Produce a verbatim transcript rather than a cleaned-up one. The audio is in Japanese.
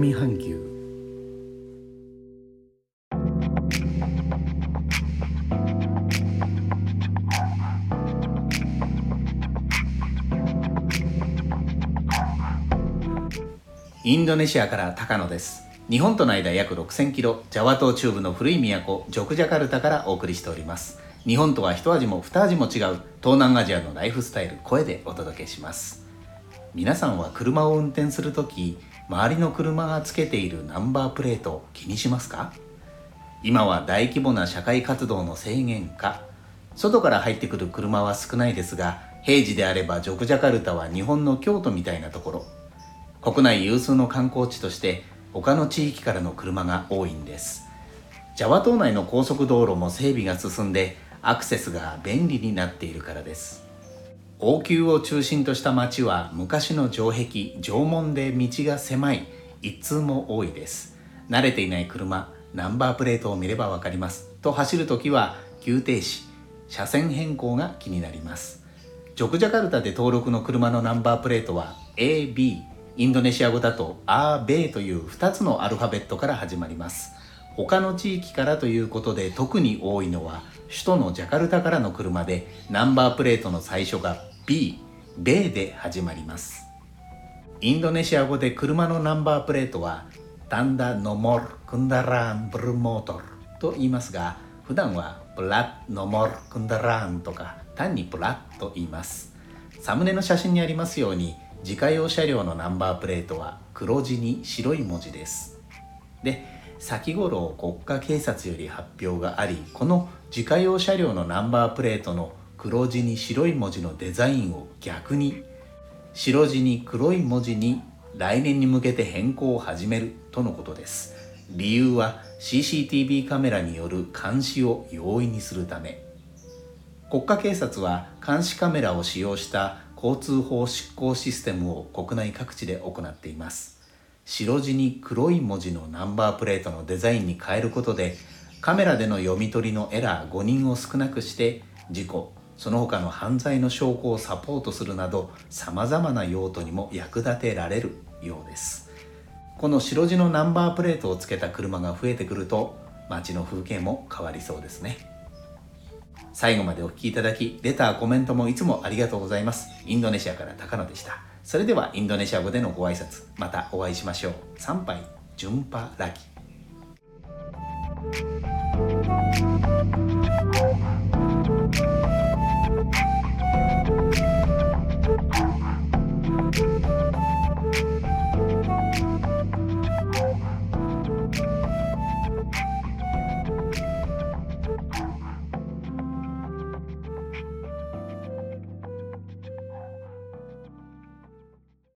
南半球。インドネシアから高野です。日本との間約ろくせんキロ、ジャワ島中部の古い都ジョクジャカルタからお送りしております。日本とは一味も二味も違う東南アジアのライフスタイル、声でお届けします。皆さんは車を運転するとき、周りの車がつけているナンバープレートを気にしますか？今は大規模な社会活動の制限下、外から入ってくる車は少ないですが、平時であればジョクジャカルタは日本の京都みたいなところ、国内有数の観光地として他の地域からの車が多いんです。ジャワ島内の高速道路も整備が進んでアクセスが便利になっているからです。王宮を中心とした街は昔の城壁、城門で道が狭い、一通も多いです。慣れていない車、ナンバープレートを見ればわかります。と走るときは急停止、車線変更が気になります。ジョクジャカルタで登録の車のナンバープレートは エービー、インドネシア語だとアーベーというふたつのアルファベットから始まります。他の地域からということで特に多いのは首都のジャカルタからの車で、ナンバープレートの最初が B、ベーで始まります。インドネシア語で車のナンバープレートはタンダノモルクンダラーンブルモートルと言いますが、普段はプラッノモルクンダラーンとか単にプラッと言います。サムネの写真にありますように、自家用車両のナンバープレートは黒地に白い文字です。で、先頃国家警察より発表があり、この自家用車両のナンバープレートの黒地に白い文字のデザインを逆に白地に黒い文字に来年に向けて変更を始めるとのことです。理由は シーシーティーブイ カメラによる監視を容易にするため。国家警察は監視カメラを使用した交通法執行システムを国内各地で行っています。白地に黒い文字のナンバープレートのデザインに変えることで、カメラでの読み取りのエラー誤認を少なくして、事故、その他の犯罪の証拠をサポートするなど、様々な用途にも役立てられるようです。この白地のナンバープレートをつけた車が増えてくると、街の風景も変わりそうですね。最後までお聞きいただき、レター、コメントもいつもありがとうございます。インドネシアから高野でした。それではインドネシア語でのご挨拶、またお会いしましょう。参拝、ジュンパラギ。